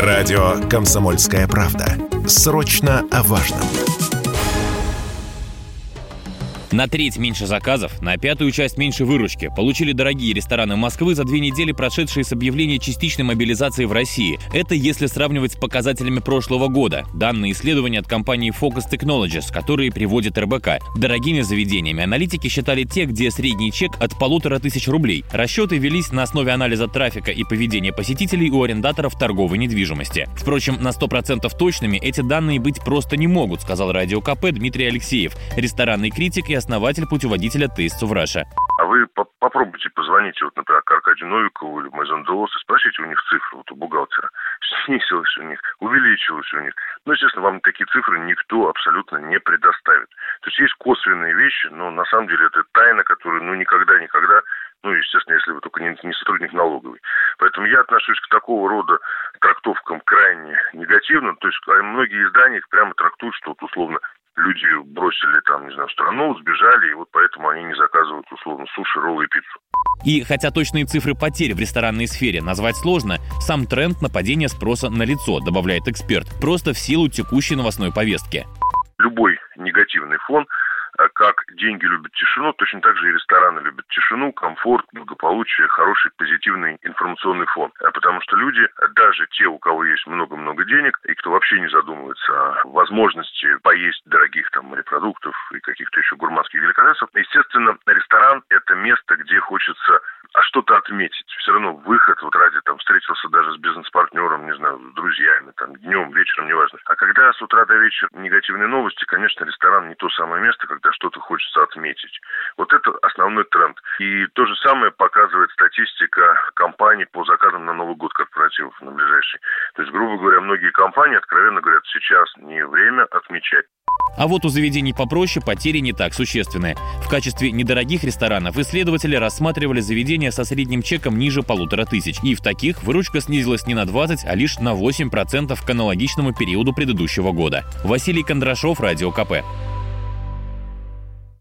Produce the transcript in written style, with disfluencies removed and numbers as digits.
Радио «Комсомольская правда». Срочно о важном. На треть меньше заказов, на пятую часть меньше выручки получили дорогие рестораны Москвы за 2 недели, прошедшие с объявления частичной мобилизации в России. Это если сравнивать с показателями прошлого года. Данные исследования от компании Focus Technologies, которые приводит РБК. Дорогими заведениями аналитики считали те, где средний чек от 1500 рублей. Расчеты велись на основе анализа трафика и поведения посетителей у арендаторов торговой недвижимости. Впрочем, на 100% точными эти данные быть просто не могут, сказал Радио КП Дмитрий Алексеев, ресторанный критик и основатель путеводителя Taste of Russia. А вы попробуйте позвоните, например, к Аркадию Новикову или Maison de Los и спросите у них цифры, у бухгалтера. Снизилось у них, увеличилось у них. Естественно, вам такие цифры никто абсолютно не предоставит. То есть есть косвенные вещи, но на самом деле это тайна, которую никогда, естественно, если вы только не сотрудник налоговой. Поэтому я отношусь к такого рода трактовкам крайне негативно. То есть многие издания их прямо трактуют, что условно люди бросили страну, сбежали, и поэтому они не заказывают, условно, суши, роллы и пиццу. И хотя точные цифры потерь в ресторанной сфере назвать сложно, сам тренд на падение спроса налицо, добавляет эксперт, просто в силу текущей новостной повестки. Любой негативный фон, как деньги любят тишину, точно так же и рестораны любят тишину, комфорт, благополучие, хороший позитивный информационный фон. Потому что люди, даже те, у кого есть много-много денег, и кто вообще не задумывается о возможности поесть дорогих морепродуктов и каких-то еще гурманских деликатесов, естественно, ресторан – это место, где хочется что-то отметить. Все равно выход ради встретился даже с бизнес-партнером, с друзьями, днем, вечером, неважно. А когда с утра до вечера негативные новости, конечно, ресторан не то самое место, когда что-то хочется отметить. Это основной тренд. И то же самое показывает статистика компаний по заказам на Новый год корпоративов на ближайший. То есть, грубо говоря, многие компании откровенно говорят, сейчас не время отмечать. А у заведений попроще потери не так существенные. В качестве недорогих ресторанов исследователи рассматривали заведения со средним чеком ниже 1500. И в таких выручка снизилась не на 20, а лишь на 8% к аналогичному периоду предыдущего года. Василий Кондрашов, Радио КП.